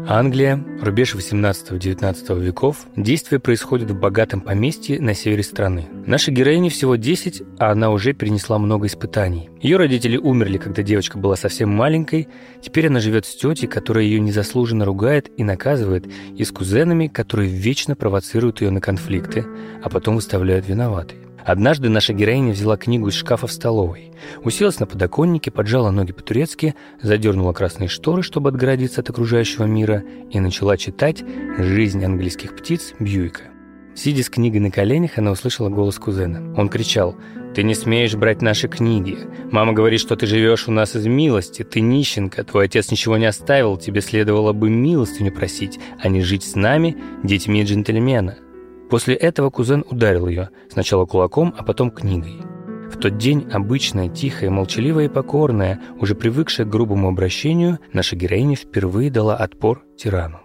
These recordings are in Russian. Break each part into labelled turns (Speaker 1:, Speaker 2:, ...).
Speaker 1: Англия, рубеж 18-19 веков, действие происходит в богатом поместье на севере страны. Нашей героине всего 10, а она уже перенесла много испытаний. Ее родители умерли, когда девочка была совсем маленькой, теперь она живет с тетей, которая ее незаслуженно ругает и наказывает, и с кузенами, которые вечно провоцируют ее на конфликты, а потом выставляют виноватой. Однажды наша героиня взяла книгу из шкафа в столовой, уселась на подоконнике, поджала ноги по-турецки, задернула красные шторы, чтобы отгородиться от окружающего мира, и начала читать «Жизнь английских птиц» Бьюика. Сидя с книгой на коленях, она услышала голос кузена. Он кричал: «Ты не смеешь брать наши книги. Мама говорит, что ты живешь у нас из милости. Ты нищенка, твой отец ничего не оставил, тебе следовало бы милостыню просить, а не жить с нами, детьми джентльмена». После этого кузен ударил ее, сначала кулаком, а потом книгой. В тот день обычная, тихая, молчаливая и покорная, уже привыкшая к грубому обращению, наша героиня впервые дала отпор тирану.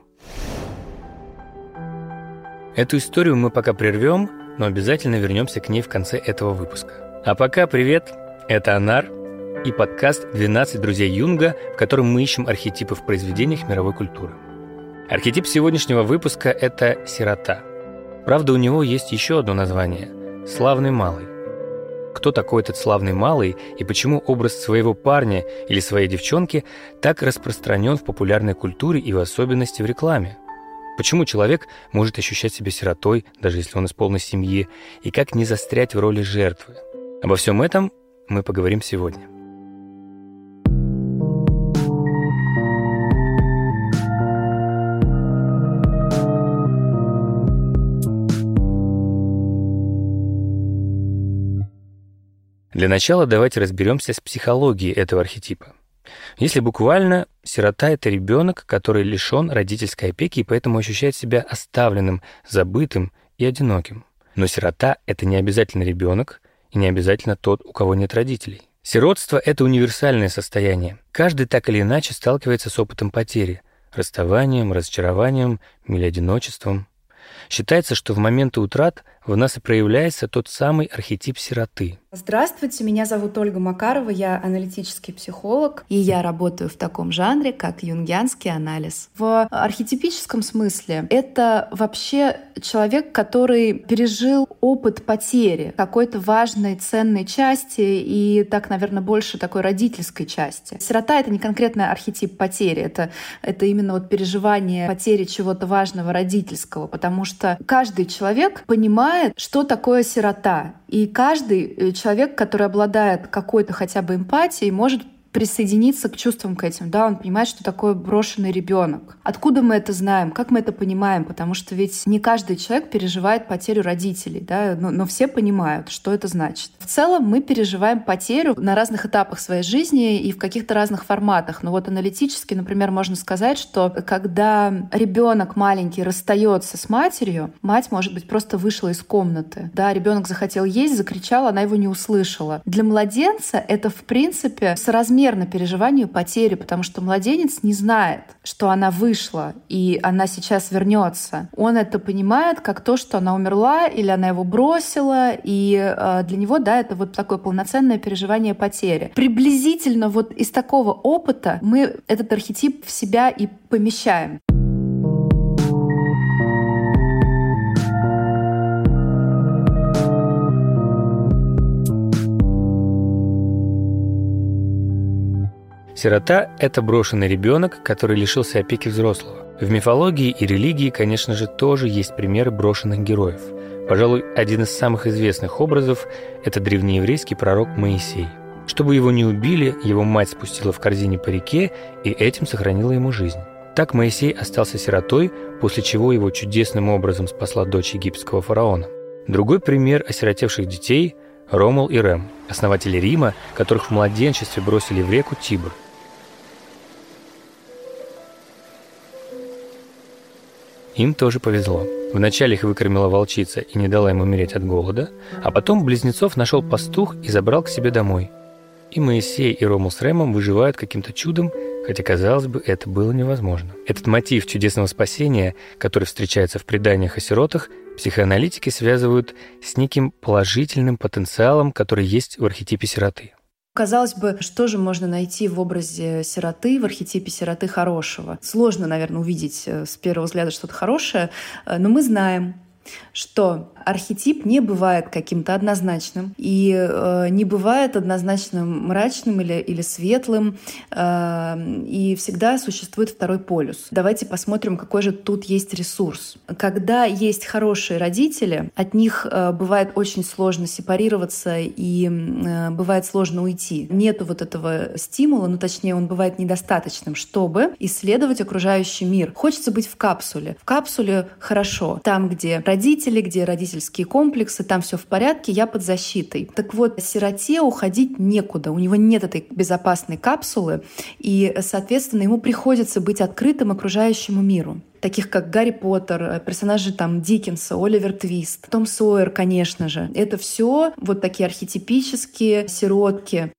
Speaker 1: Эту историю мы пока прервем, но обязательно вернемся к ней в конце этого выпуска. А пока привет, это Анар и подкаст «12 друзей Юнга», в котором мы ищем архетипы в произведениях мировой культуры. Архетип сегодняшнего выпуска – это сирота. Правда, у него есть еще одно название – «славный малый». Кто такой этот славный малый и почему образ своего парня или своей девчонки так распространен в популярной культуре и в особенности в рекламе? Почему человек может ощущать себя сиротой, даже если он из полной семьи, и как не застрять в роли жертвы? Обо всем этом мы поговорим сегодня. Для начала давайте разберемся с психологией этого архетипа. Если буквально, сирота – это ребенок, который лишен родительской опеки и поэтому ощущает себя оставленным, забытым и одиноким. Но сирота – это не обязательно ребенок и не обязательно тот, у кого нет родителей. Сиротство – это универсальное состояние. Каждый так или иначе сталкивается с опытом потери – расставанием, разочарованием или одиночеством. Считается, что в моменты утрат в нас и проявляется тот самый архетип сироты.
Speaker 2: Здравствуйте, меня зовут Ольга Макарова, я аналитический психолог, и я работаю в таком жанре, как юнгианский анализ. В архетипическом смысле это вообще человек, который пережил опыт потери какой-то важной, ценной части и так, наверное, больше такой родительской части. Сирота — это не конкретно архетип потери, это именно вот переживание потери чего-то важного родительского, потому что каждый человек понимает, что такое сирота, и каждый человек, который обладает какой-то хотя бы эмпатией, может присоединиться к чувствам к этим. Да, он понимает, что такое брошенный ребенок. Откуда мы это знаем? Как мы это понимаем? Потому что ведь не каждый человек переживает потерю родителей, да, но все понимают, что это значит. В целом мы переживаем потерю на разных этапах своей жизни и в каких-то разных форматах. Но вот аналитически, например, можно сказать, что когда ребенок маленький расстается с матерью, мать, может быть, просто вышла из комнаты. Да, ребенок захотел есть, закричал, она его не услышала. Для младенца это, в принципе, соразмерно переживанию потери, потому что младенец не знает, что она вышла и она сейчас вернется. Он это понимает как то, что она умерла или она его бросила, и для него, да, это вот такое полноценное переживание потери. Приблизительно вот из такого опыта мы этот архетип в себя и помещаем.
Speaker 1: Сирота – это брошенный ребенок, который лишился опеки взрослого. В мифологии и религии, конечно же, тоже есть примеры брошенных героев. Пожалуй, один из самых известных образов – это древнееврейский пророк Моисей. Чтобы его не убили, его мать спустила в корзине по реке и этим сохранила ему жизнь. Так Моисей остался сиротой, после чего его чудесным образом спасла дочь египетского фараона. Другой пример осиротевших детей – Ромул и Рем, основатели Рима, которых в младенчестве бросили в реку Тибр. Им тоже повезло. Вначале их выкормила волчица и не дала им умереть от голода, а потом близнецов нашел пастух и забрал к себе домой. И Моисей, и Ромул с Ремом выживают каким-то чудом, хотя, казалось бы, это было невозможно. Этот мотив чудесного спасения, который встречается в преданиях о сиротах, психоаналитики связывают с неким положительным потенциалом, который есть в архетипе сироты.
Speaker 2: Казалось бы, что же можно найти в образе сироты, в архетипе сироты хорошего? Сложно, наверное, увидеть с первого взгляда что-то хорошее, но мы знаем, что архетип не бывает каким-то однозначным и не бывает однозначно мрачным или светлым, и всегда существует второй полюс. Давайте посмотрим, какой же тут есть ресурс. Когда есть хорошие родители, от них бывает очень сложно сепарироваться и бывает сложно уйти. Нету вот этого стимула, ну точнее он бывает недостаточным, чтобы исследовать окружающий мир. Хочется быть в капсуле. В капсуле хорошо. Там, где родители, где родительские комплексы, там все в порядке, я под защитой. Так вот, сироте уходить некуда, у него нет этой безопасной капсулы, и, соответственно, ему приходится быть открытым окружающему миру. Таких как Гарри Поттер, персонажи там Диккенса, Оливер Твист, Том Сойер, конечно же. Это все вот такие архетипические сиротки.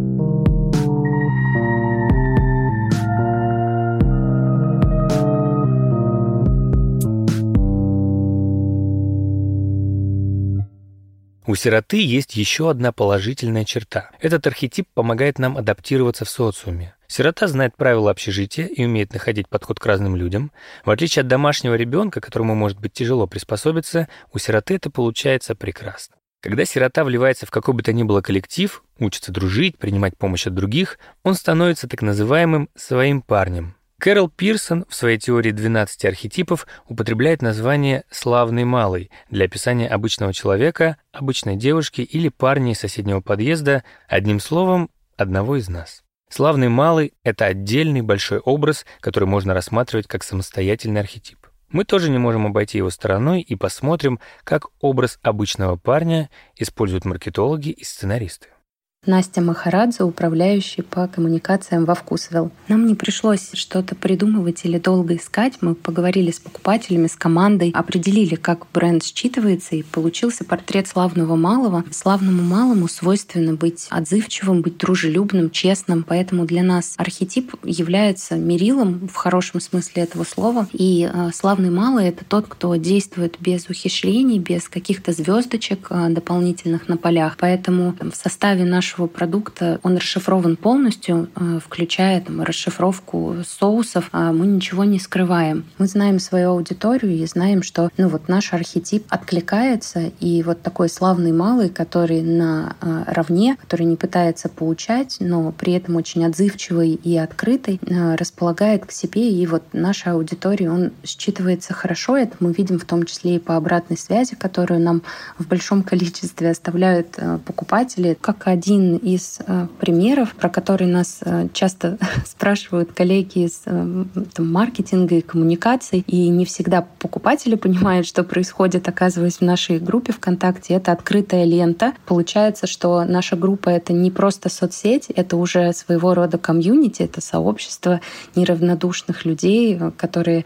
Speaker 1: У сироты есть еще одна положительная черта. Этот архетип помогает нам адаптироваться в социуме. Сирота знает правила общежития и умеет находить подход к разным людям. В отличие от домашнего ребенка, которому может быть тяжело приспособиться, у сироты это получается прекрасно. Когда сирота вливается в какой бы то ни было коллектив, учится дружить, принимать помощь от других, он становится так называемым «своим парнем». Кэрол Пирсон в своей теории 12 архетипов употребляет название «славный малый» для описания обычного человека, обычной девушки или парня из соседнего подъезда, одним словом, одного из нас. Славный малый — это отдельный большой образ, который можно рассматривать как самостоятельный архетип. Мы тоже не можем обойти его стороной и посмотрим, как образ обычного парня используют маркетологи и сценаристы.
Speaker 3: Настя Махарадзе, управляющий по коммуникациям во Вкусвилл. Нам не пришлось что-то придумывать или долго искать. Мы поговорили с покупателями, с командой, определили, как бренд считывается, и получился портрет славного малого. Славному малому свойственно быть отзывчивым, быть дружелюбным, честным. Поэтому для нас архетип является мерилом в хорошем смысле этого слова. И славный малый — это тот, кто действует без ухищрений, без каких-то звездочек дополнительных на полях. Поэтому в составе нашего продукта он расшифрован полностью, включая расшифровку соусов, а мы ничего не скрываем. Мы знаем свою аудиторию и знаем, что наш архетип откликается, и вот такой славный малый, который на равне, который не пытается поучать, но при этом очень отзывчивый и открытый, располагает к себе, и вот наша аудитория, он считывается хорошо. Это мы видим в том числе и по обратной связи, которую нам в большом количестве оставляют покупатели. Как один из примеров, про который нас часто спрашивают коллеги из маркетинга и коммуникаций, и не всегда покупатели понимают, что происходит, оказываясь в нашей группе ВКонтакте. Это открытая лента. Получается, что наша группа — это не просто соцсеть, это уже своего рода комьюнити, это сообщество неравнодушных людей, которые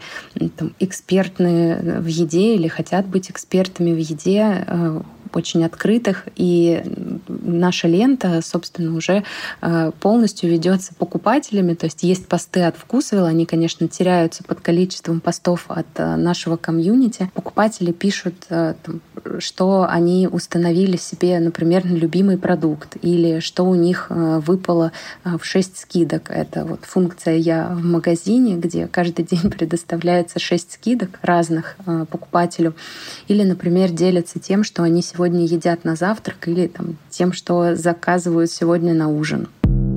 Speaker 3: экспертны в еде или хотят быть экспертами в еде, очень открытых, и наша лента, собственно, уже полностью ведется покупателями, то есть есть посты от Вкусвилл, они, конечно, теряются под количеством постов от нашего комьюнити. Покупатели пишут, что они установили себе, например, любимый продукт, или что у них выпало в 6 скидок. Это вот функция «Я в магазине», где каждый день предоставляется 6 скидок разных покупателю. Или, например, делятся тем, что они сегодня едят на завтрак, или тем, что заказывают сегодня на ужин.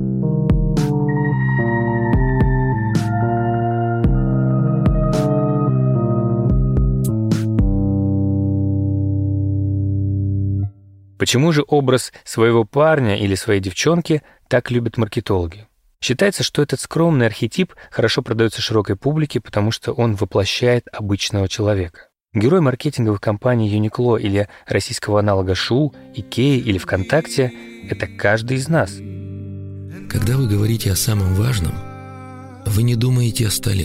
Speaker 1: Почему же образ своего парня или своей девчонки так любят маркетологи? Считается, что этот скромный архетип хорошо продается широкой публике, потому что он воплощает обычного человека. Герой маркетинговых компаний Uniqlo или российского аналога Шу, Икеи или ВКонтакте — это каждый из нас.
Speaker 4: Когда вы говорите о самом важном, вы не думаете о столе,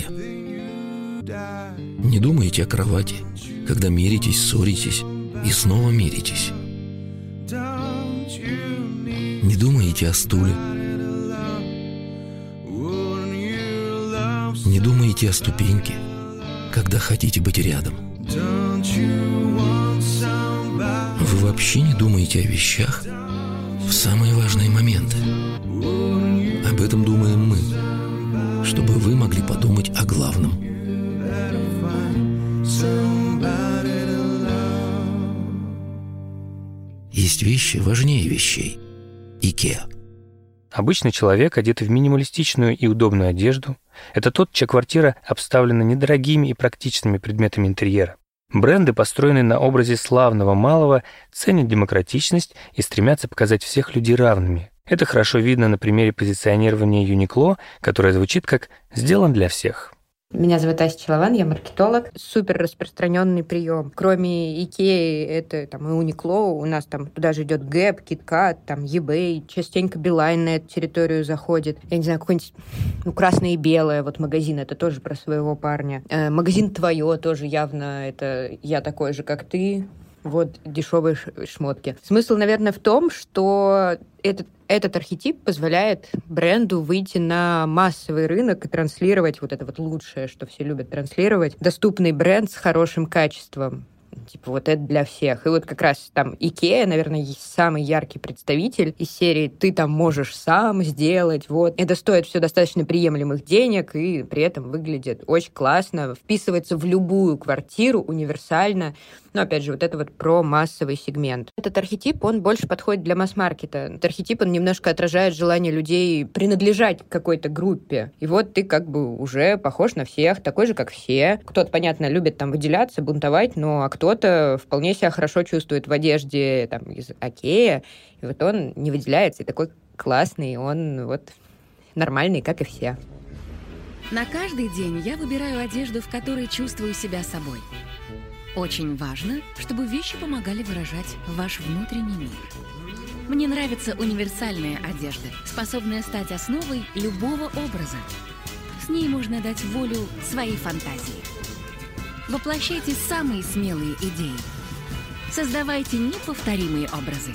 Speaker 4: не думаете о кровати, когда миритесь, ссоритесь и снова миритесь. Не думаете о стуле, не думаете о ступеньке, когда хотите быть рядом. Вы вообще не думаете о вещах, в самые важные моменты. Об этом думаем мы, чтобы вы могли подумать о главном. Есть вещи важнее вещей. IKEA.
Speaker 1: Обычный человек, одетый в минималистичную и удобную одежду, это тот, чья квартира обставлена недорогими и практичными предметами интерьера. Бренды, построенные на образе славного малого, ценят демократичность и стремятся показать всех людей равными. Это хорошо видно на примере позиционирования Uniqlo, которое звучит как «сделан для всех».
Speaker 5: Меня зовут Ася Челован, я маркетолог. Супер распространенный прием. Кроме Икеи, это там и Uniqlo, у нас там туда же идет Gap, KitKat, там eBay, частенько Билайн на эту территорию заходит. Я не знаю, какой-нибудь красное и белое, вот магазин, это тоже про своего парня. Магазин «Твое» тоже явно, это я такой же, как ты. Вот дешевые шмотки. Смысл, наверное, в том, что этот архетип позволяет бренду выйти на массовый рынок и транслировать вот это вот лучшее, что все любят транслировать. Доступный бренд с хорошим качеством. Типа вот это для всех. И вот как раз там Икеа, наверное, есть самый яркий представитель из серии «ты там можешь сам сделать». Вот. Это стоит все достаточно приемлемых денег и при этом выглядит очень классно, вписывается в любую квартиру универсально. Но, опять же, вот это вот про массовый сегмент. Этот архетип, он больше подходит для масс-маркета. Этот архетип, он немножко отражает желание людей принадлежать к какой-то группе. И вот ты как бы уже похож на всех, такой же, как все. Кто-то, понятно, любит там выделяться, бунтовать, но а кто-то вполне себя хорошо чувствует в одежде там, из Икеа, и вот он не выделяется, и такой классный, он вот нормальный, как и все.
Speaker 6: На каждый день я выбираю одежду, в которой чувствую себя собой. Очень важно, чтобы вещи помогали выражать ваш внутренний мир. Мне нравится универсальная одежда, способная стать основой любого образа. С ней можно дать волю своей фантазии. Воплощайте самые смелые идеи. Создавайте неповторимые образы.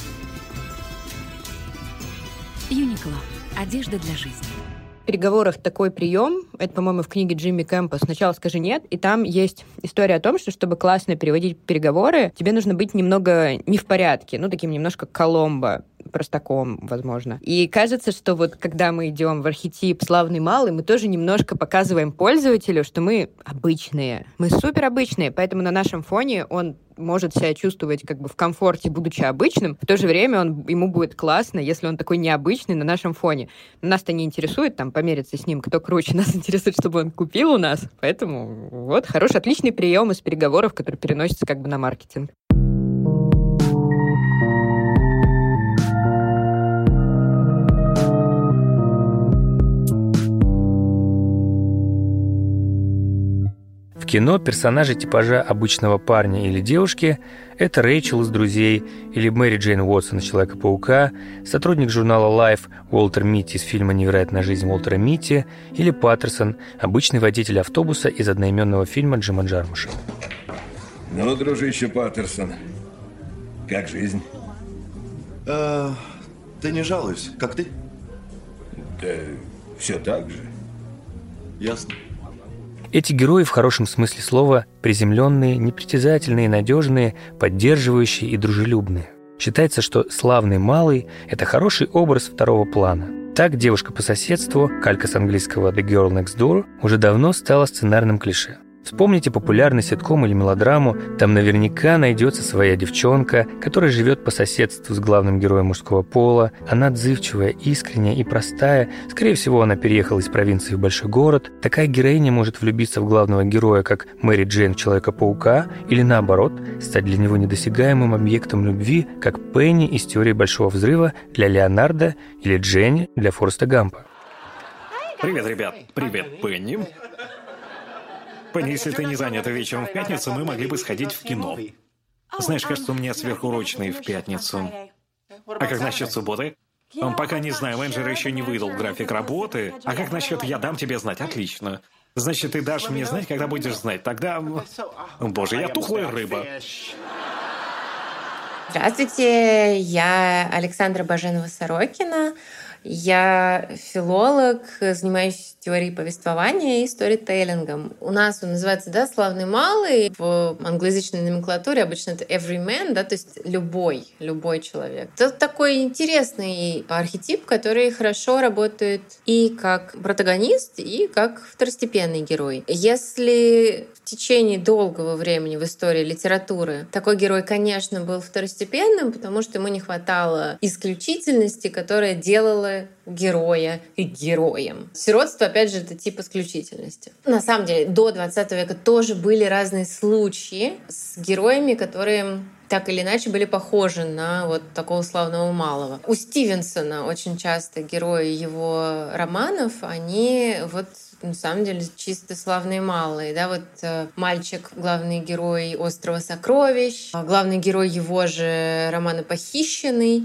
Speaker 6: Uniqlo. Одежда для жизни.
Speaker 5: В переговорах такой прием, это, по-моему, в книге Джимми Кэмпа «Сначала скажи нет», и там есть история о том, что чтобы классно переводить переговоры, тебе нужно быть немного не в порядке, таким немножко Коломбо, простаком, возможно. И кажется, что вот когда мы идем в архетип славный малый, мы тоже немножко показываем пользователю, что мы обычные, мы супер обычные, поэтому на нашем фоне он может себя чувствовать как бы в комфорте, будучи обычным. В то же время ему будет классно, если он такой необычный на нашем фоне. Нас-то не интересует там помериться с ним, кто круче. Нас интересует, чтобы он купил у нас. Поэтому вот хороший, отличный прием из переговоров, который переносится как бы на маркетинг.
Speaker 1: В кино персонажи типажа обычного парня или девушки – это Рэйчел из «Друзей» или Мэри Джейн Уотсон из «Человека-паука», сотрудник журнала Life Уолтер Митти из фильма «Невероятная жизнь Уолтера Митти» или Паттерсон, обычный водитель автобуса из одноименного фильма Джима Джармуша.
Speaker 7: Ну, дружище Паттерсон, как жизнь?
Speaker 8: Ты не жалуюсь, как ты?
Speaker 7: Да все так же.
Speaker 8: Ясно.
Speaker 1: Эти герои в хорошем смысле слова приземленные, непритязательные, надежные, поддерживающие и дружелюбные. Считается, что славный малый – это хороший образ второго плана. Так девушка по соседству, калька с английского «The Girl Next Door», уже давно стала сценарным клише. Вспомните популярный ситком или мелодраму, там наверняка найдется своя девчонка, которая живет по соседству с главным героем мужского пола. Она отзывчивая, искренняя и простая. Скорее всего, она переехала из провинции в большой город. Такая героиня может влюбиться в главного героя, как Мэри Джейн в «Человека-паука», или наоборот, стать для него недосягаемым объектом любви, как Пенни из «Теории большого взрыва» для Леонардо или Дженни для Форреста Гампа.
Speaker 9: Привет, ребят. Привет, Пенни. Пенни, если ты не занята вечером в пятницу, мы могли бы сходить в кино. Знаешь, кажется, у меня сверхурочный в пятницу. А как насчет субботы? Пока не знаю, менеджер еще не выдал график работы. А как насчет «я дам тебе знать»? Отлично. Значит, ты дашь мне знать, когда будешь знать. Тогда... Боже, я тухлая рыба.
Speaker 10: Здравствуйте, я Александра Баженова-Сорокина. Я филолог, занимаюсь теорией повествования и сторителлингом. У нас он называется, славный малый. В англоязычной номенклатуре обычно это everyman, то есть любой человек. Это такой интересный архетип, который хорошо работает и как протагонист, и как второстепенный герой. Если в течение долгого времени в истории литературы такой герой, конечно, был второстепенным, потому что ему не хватало исключительности, которая делала героя и героем. Сиротство, опять же, это тип исключительности. На самом деле, до 20 века тоже были разные случаи с героями, которые так или иначе были похожи на вот такого славного малого. У Стивенсона очень часто герои его романов, они вот на самом деле чисто славные малые. Мальчик, главный герой «Острова сокровищ», главный герой его же романа «Похищенный».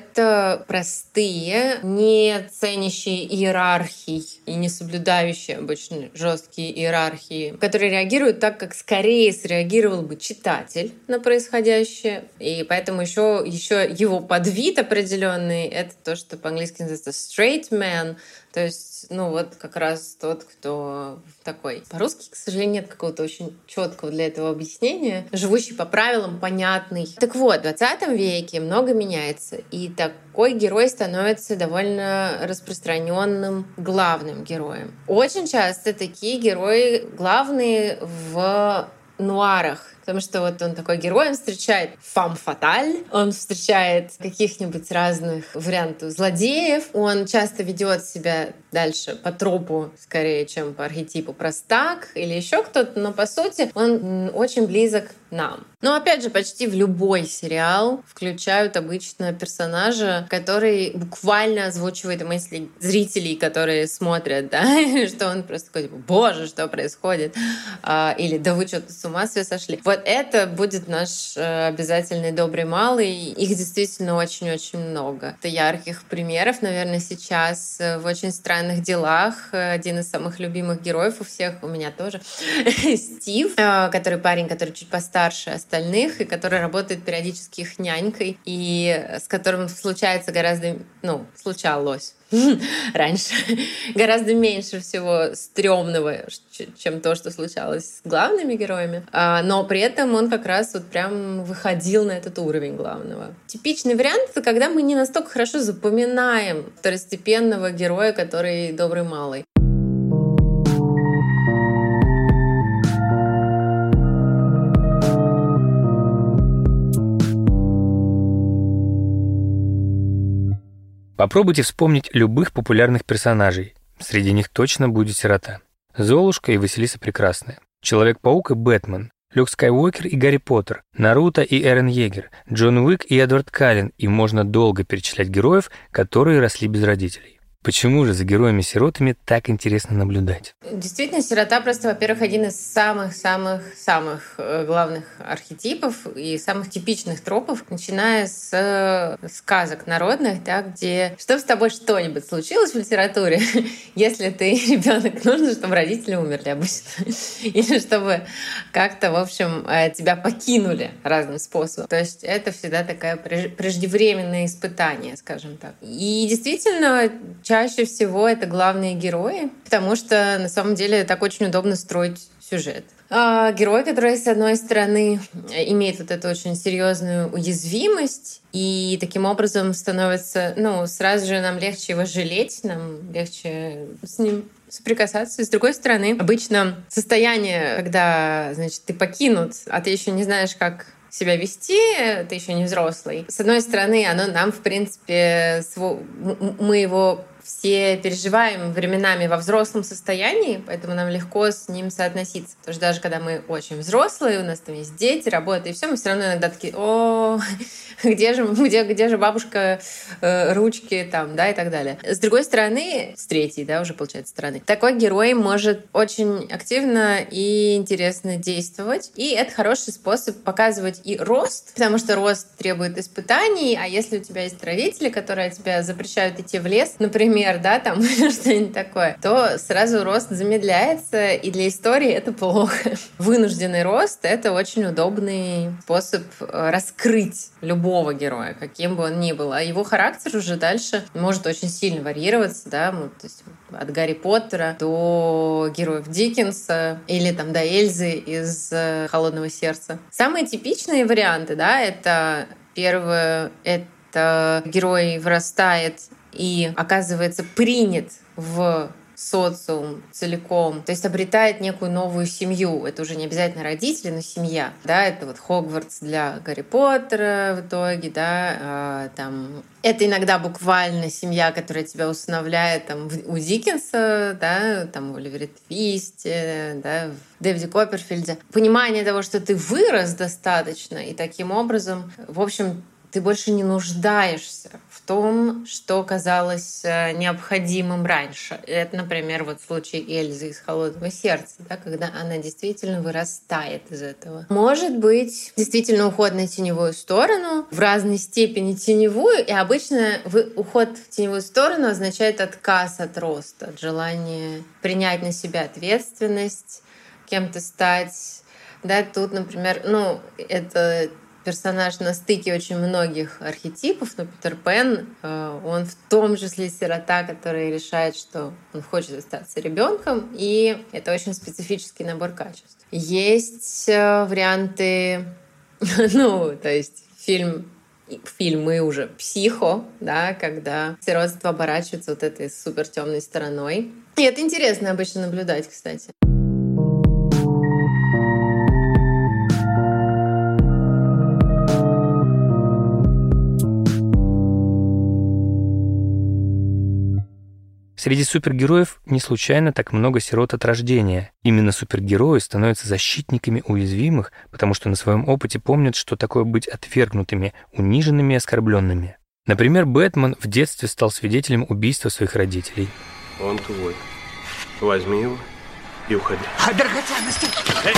Speaker 10: Это простые, не ценящие иерархий и не соблюдающие обычно жесткие иерархии, которые реагируют так, как скорее среагировал бы читатель на происходящее. И поэтому еще его подвид определенный — это то, что по-английски называется straight man, то есть, как раз тот, кто такой. По-русски, к сожалению, нет какого-то очень четкого для этого объяснения, живущий по правилам, понятный. Так вот, в 20 веке много меняется, и такой герой становится довольно распространенным главным героем. Очень часто такие герои главные в нуарах. Потому что вот он такой герой, он встречает фам фаталь, он встречает каких-нибудь разных вариантов злодеев, он часто ведет себя дальше по тропу, скорее, чем по архетипу простак или еще кто-то, но по сути он очень близок нам. Но опять же, почти в любой сериал включают обычно персонажа, который буквально озвучивает мысли зрителей, которые смотрят, что он просто такой, боже, что происходит? Или да вы что-то с ума сошли? Вот это будет наш обязательный добрый малый. Их действительно очень-очень много. Это ярких примеров, наверное, сейчас в «Очень странных делах». Один из самых любимых героев у всех, у меня тоже, Стив, парень, который чуть постарше остальных, и который работает периодически их нянькой, и с которым случалось раньше гораздо меньше всего стрёмного, чем то, что случалось с главными героями. Но при этом он как раз прям выходил на этот уровень главного. Типичный вариант — это когда мы не настолько хорошо запоминаем второстепенного героя, который добрый малый.
Speaker 1: Попробуйте вспомнить любых популярных персонажей. Среди них точно будет сирота. Золушка и Василиса Прекрасная, Человек-паук и Бэтмен, Люк Скайуокер и Гарри Поттер, Наруто и Эрен Йегер, Джон Уик и Эдвард Каллен, и можно долго перечислять героев, которые росли без родителей. Почему же за героями-сиротами так интересно наблюдать?
Speaker 10: Действительно, сирота просто, во-первых, один из самых-самых-самых главных архетипов и самых типичных тропов, начиная с сказок народных, где чтобы с тобой что-нибудь случилось в литературе, если ты ребенок, нужно, чтобы родители умерли обычно. Или чтобы как-то, в общем, тебя покинули разным способом. То есть это всегда такое преждевременное испытание, скажем так. И действительно, чаще всего это главные герои, потому что на самом деле так очень удобно строить сюжет. Герой, который, с одной стороны, имеет вот эту очень серьезную уязвимость, и таким образом становится, сразу же нам легче его жалеть, нам легче с ним соприкасаться. И с другой стороны, обычно состояние, когда, ты покинут, а ты еще не знаешь, как себя вести, ты еще не взрослый. С одной стороны, оно нам, в принципе, мы его все переживаем временами во взрослом состоянии, поэтому нам легко с ним соотноситься. Потому что даже когда мы очень взрослые, у нас там есть дети, работа и все, мы все равно иногда такие: где же бабушка, ручки и так далее. С другой стороны, с третьей, уже получается стороны, такой герой может очень активно и интересно действовать, и это хороший способ показывать и рост, потому что рост требует испытаний, а если у тебя есть родители, которые тебя запрещают идти в лес, например, например, да, там что-нибудь такое, то сразу рост замедляется, и для истории это плохо. Вынужденный рост — это очень удобный способ раскрыть любого героя, каким бы он ни был. А его характер уже дальше может очень сильно варьироваться, да, то есть от Гарри Поттера до героев Диккенса или там до Эльзы из «Холодного сердца». Самые типичные варианты, да, это первое, это герой вырастает и оказывается принят в социум целиком, то есть обретает некую новую семью. Это уже не обязательно родители, но семья. Да, это вот Хогвартс для Гарри Поттера в итоге, да, там. Это иногда буквально семья, которая тебя усыновляет там, у Диккенса, да, там, в Оливере Твисте, да, в Дэвиде Копперфильде. Понимание того, что ты вырос достаточно, и таким образом, в общем, ты больше не нуждаешься в том, что казалось необходимым раньше. Это, например, вот случай Эльзы из «Холодного сердца», да, когда она действительно вырастает из этого. Может быть, действительно уход на теневую сторону, в разной степени теневую, и обычно уход в теневую сторону означает отказ от роста, от желания принять на себя ответственность, кем-то стать. Да, тут, например, это персонаж на стыке очень многих архетипов, но Питер Пен, он в том числе сирота, который решает, что он хочет остаться ребенком, и это очень специфический набор качеств. Есть варианты, то есть фильмы уже «Психо», да, когда сиротство оборачивается вот этой супер темной стороной. И это интересно обычно наблюдать, кстати.
Speaker 1: Среди супергероев не случайно так много сирот от рождения. Именно супергерои становятся защитниками уязвимых, потому что на своем опыте помнят, что такое быть отвергнутыми, униженными и оскорбленными. Например, Бэтмен в детстве стал свидетелем убийства своих родителей.
Speaker 11: Он твой. Возьми его и уходи.
Speaker 12: Драгоценности!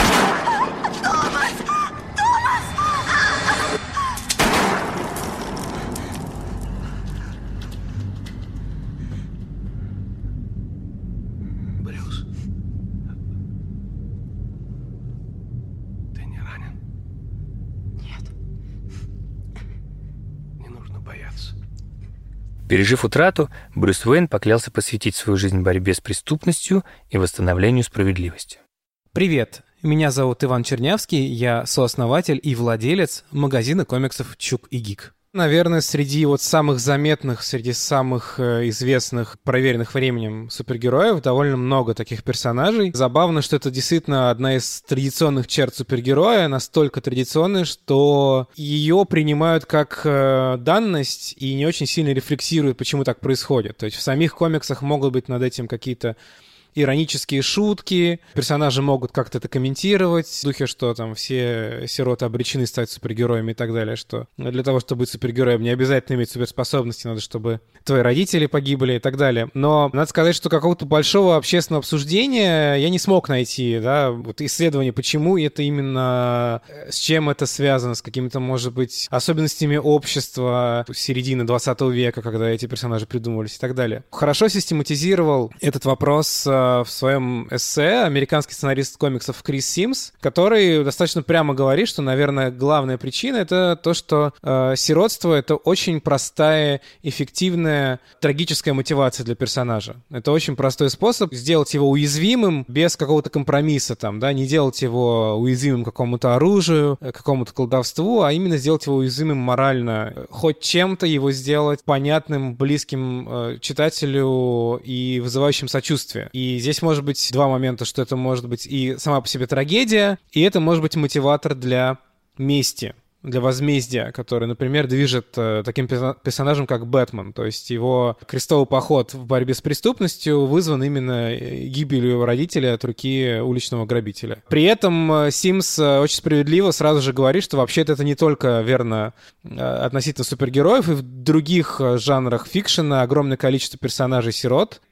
Speaker 1: Пережив утрату, Брюс Уэйн поклялся посвятить свою жизнь борьбе с преступностью и восстановлению справедливости.
Speaker 13: Привет, меня зовут Иван Чернявский, я сооснователь и владелец магазина комиксов «Чук и Гик». Наверное, среди самых заметных, среди самых известных, проверенных временем супергероев довольно много таких персонажей. Забавно, что это действительно одна из традиционных черт супергероя, настолько традиционная, что ее принимают как данность и не очень сильно рефлексируют, почему так происходит. То есть в самих комиксах могут быть над этим какие-то иронические шутки, персонажи могут как-то это комментировать, в духе, что там все сироты обречены стать супергероями и так далее, что для того, чтобы быть супергероем, не обязательно иметь суперспособности, надо, чтобы твои родители погибли и так далее. Но надо сказать, что какого-то большого общественного обсуждения я не смог найти, да, вот исследование, почему это именно, с чем это связано, с какими-то, может быть, особенностями общества середины 20 века, когда эти персонажи придумывались и так далее. Хорошо систематизировал этот вопрос в своем эссе американский сценарист комиксов Крис Симс, который достаточно прямо говорит, что, наверное, главная причина — это то, что сиротство — это очень простая, эффективная, трагическая мотивация для персонажа. Это очень простой способ сделать его уязвимым без какого-то компромисса, не делать его уязвимым к какому-то оружию, к какому-то колдовству, а именно сделать его уязвимым морально, хоть чем-то его сделать понятным, близким читателю и вызывающим сочувствие. И здесь может быть два момента, что это может быть и сама по себе трагедия, и это может быть мотиватор для мести, для возмездия, который, например, движет таким персонажем, как Бэтмен. То есть его крестовый поход в борьбе с преступностью вызван именно гибелью его родителей от руки уличного грабителя. При этом Симс очень справедливо сразу же говорит, что вообще-то это не только верно относительно супергероев, и в других жанрах фикшена огромное количество персонажей-сирот,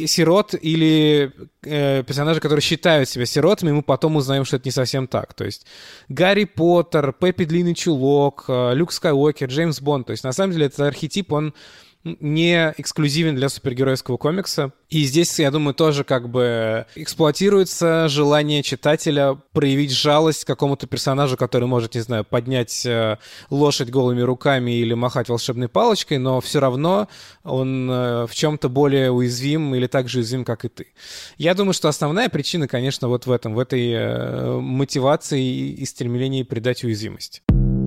Speaker 13: или персонажи, которые считают себя сиротами, и мы потом узнаем, что это не совсем так. То есть Гарри Поттер, Пеппи Длинный Чулок, Люк Скайуокер, Джеймс Бонд. То есть на самом деле этот архетип, он не эксклюзивен для супергеройского комикса. И здесь, я думаю, тоже как бы эксплуатируется желание читателя проявить жалость к какому-то персонажу, который может, не знаю, поднять лошадь голыми руками или махать волшебной палочкой, но все равно он в чем-то более уязвим или так же уязвим, как и ты. Я думаю, что основная причина, конечно, вот в этом, в этой мотивации и стремлении придать уязвимость.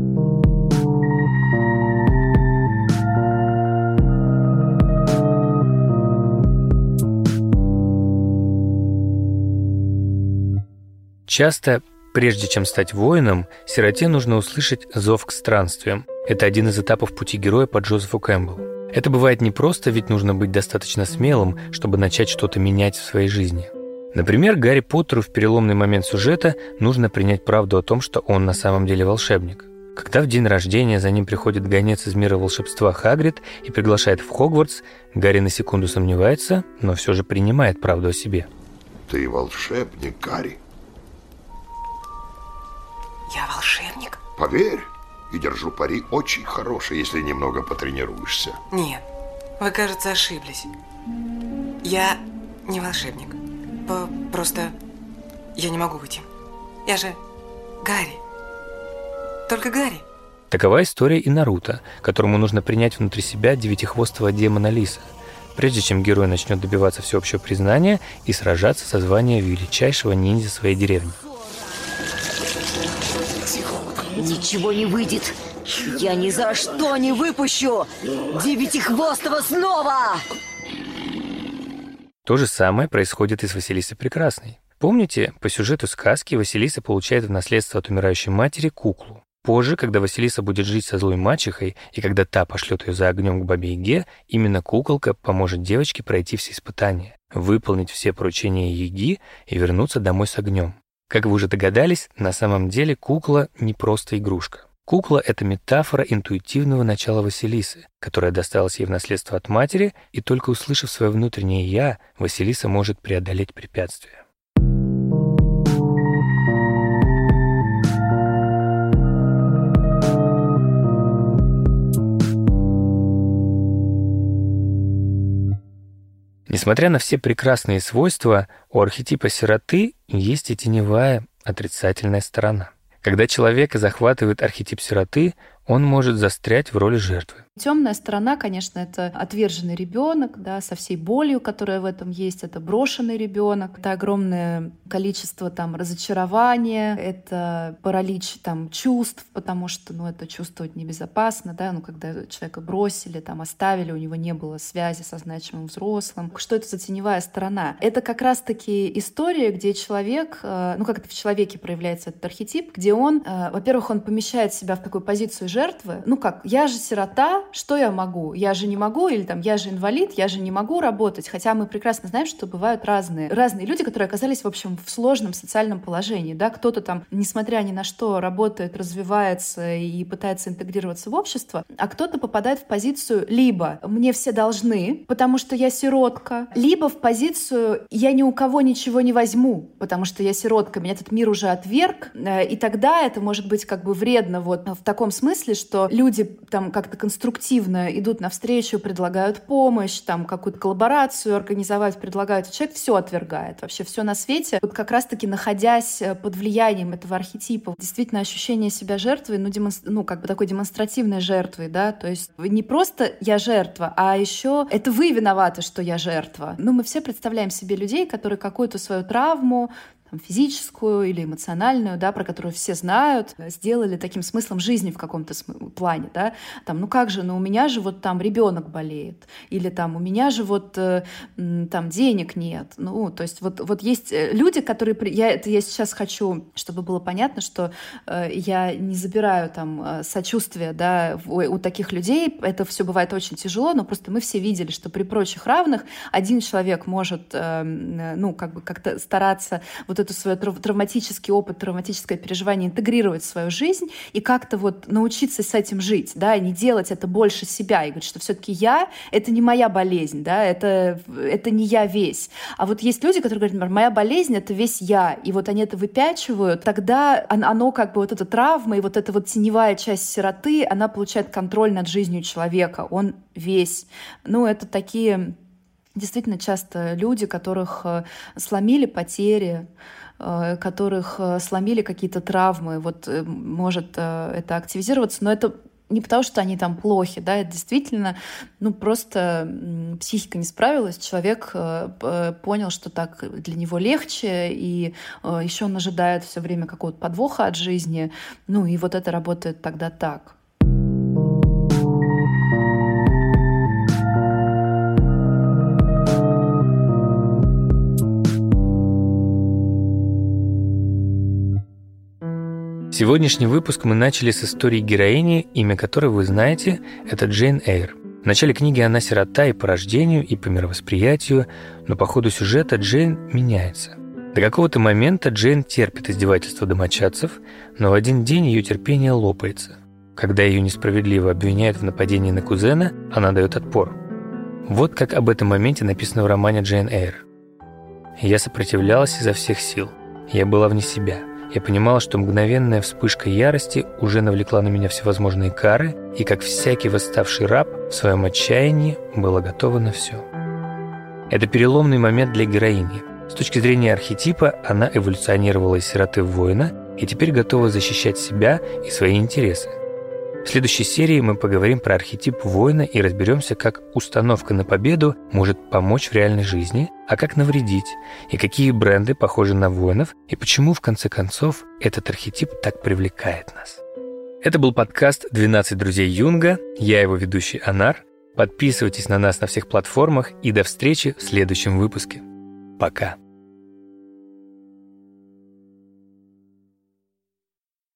Speaker 1: Часто, прежде чем стать воином, сироте нужно услышать зов к странствиям. Это один из этапов пути героя по Джозефу Кэмпбеллу. Это бывает непросто, ведь нужно быть достаточно смелым, чтобы начать что-то менять в своей жизни. Например, Гарри Поттеру в переломный момент сюжета нужно принять правду о том, что он на самом деле волшебник. Когда в день рождения за ним приходит гонец из мира волшебства Хагрид и приглашает в Хогвартс, Гарри на секунду сомневается, но все же принимает правду о себе.
Speaker 12: Ты волшебник, Гарри.
Speaker 14: Я волшебник?
Speaker 12: Поверь, и держу пари, очень хороший, если немного потренируешься.
Speaker 14: Нет, вы, кажется, ошиблись. Я не волшебник. Просто я не могу быть им. Я же Гарри. Только Гарри.
Speaker 1: Такова история и Наруто, которому нужно принять внутри себя девятихвостого демона Лиса, прежде чем герой начнет добиваться всеобщего признания и сражаться за звание величайшего ниндзя своей деревни.
Speaker 15: Ничего не выйдет. Я ни за что не выпущу Девятихвостого снова!
Speaker 1: То же самое происходит и с Василисой Прекрасной. Помните, по сюжету сказки Василиса получает в наследство от умирающей матери куклу. Позже, когда Василиса будет жить со злой мачехой, и когда та пошлет ее за огнем к бабе Яге, именно куколка поможет девочке пройти все испытания, выполнить все поручения Яги и вернуться домой с огнем. Как вы уже догадались, на самом деле кукла не просто игрушка. Кукла — это метафора интуитивного начала Василисы, которая досталась ей в наследство от матери, и только услышав свое внутреннее «я», Василиса может преодолеть препятствия. Несмотря на все прекрасные свойства, у архетипа сироты есть и теневая, отрицательная сторона. Когда человека захватывает архетип сироты, он может застрять в роли жертвы.
Speaker 2: Темная сторона, конечно, это отверженный ребенок, да, со всей болью, которая в этом есть. Это брошенный ребенок, это огромное количество там разочарования, это паралич там чувств, потому что, это чувствовать небезопасно, да, когда человека бросили, там оставили, у него не было связи со значимым взрослым. Что это за теневая сторона? Это как раз-таки история, где человек, как это в человеке проявляется этот архетип, где он, во-первых, он помещает себя в такую позицию жертвы. Я же сирота, что я могу? Я же не могу, или я же инвалид, я же не могу работать. Хотя мы прекрасно знаем, что бывают разные люди, которые оказались, в общем, в сложном социальном положении. Да? Кто-то там, несмотря ни на что, работает, развивается и пытается интегрироваться в общество, а кто-то попадает в позицию либо «мне все должны, потому что я сиротка», либо в позицию «я ни у кого ничего не возьму, потому что я сиротка, меня этот мир уже отверг». И тогда это может быть вредно в таком смысле, что люди там как-то конструктивно идут навстречу, предлагают помощь, там какую-то коллаборацию организовать, предлагают. Человек все отвергает, вообще все на свете. Как раз-таки находясь под влиянием этого архетипа, действительно ощущение себя жертвой, такой демонстративной жертвой, да, то есть не просто я жертва, а еще это вы виноваты, что я жертва. Мы все представляем себе людей, которые какую-то свою травму, физическую или эмоциональную, да, про которую все знают, сделали таким смыслом жизни в каком-то плане, да, как же, у меня же там ребенок болеет, или у меня же там денег нет, то есть есть люди, которые, я сейчас хочу, чтобы было понятно, что я не забираю там сочувствие, да, у таких людей, это все бывает очень тяжело, но просто мы все видели, что при прочих равных один человек может, как-то стараться это свой травматический опыт, травматическое переживание интегрировать в свою жизнь и как-то вот научиться с этим жить, да, и не делать это больше себя, и говорить, что все-таки я — это не моя болезнь, да, это не я весь. А вот есть люди, которые говорят, например, моя болезнь — это весь я, и вот они это выпячивают, тогда оно как бы вот эта травма и вот эта вот теневая часть сироты, она получает контроль над жизнью человека, он весь. Ну, это такие действительно часто люди, которых сломили потери, которых сломили какие-то травмы, вот может это активизироваться, но это не потому, что они там плохи, да, это действительно, просто психика не справилась, человек понял, что так для него легче, и еще он ожидает все время какого-то подвоха от жизни, и вот это работает тогда так.
Speaker 1: Сегодняшний выпуск мы начали с истории героини, имя которой вы знаете, это Джейн Эйр. В начале книги она сирота и по рождению, и по мировосприятию, но по ходу сюжета Джейн меняется. До какого-то момента Джейн терпит издевательства домочадцев, но в один день ее терпение лопается. Когда ее несправедливо обвиняют в нападении на кузена, она дает отпор. Вот как об этом моменте написано в романе Джейн Эйр. «Я сопротивлялась изо всех сил. Я была вне себя. Я понимала, что мгновенная вспышка ярости уже навлекла на меня всевозможные кары, и как всякий восставший раб в своем отчаянии была готова на все». Это переломный момент для героини. С точки зрения архетипа, она эволюционировала из сироты в воина и теперь готова защищать себя и свои интересы. В следующей серии мы поговорим про архетип воина и разберемся, как установка на победу может помочь в реальной жизни, а как навредить, и какие бренды похожи на воинов, и почему, в конце концов, этот архетип так привлекает нас. Это был подкаст «12 друзей Юнга». Я его ведущий Анар. Подписывайтесь на нас на всех платформах и до встречи в следующем выпуске. Пока.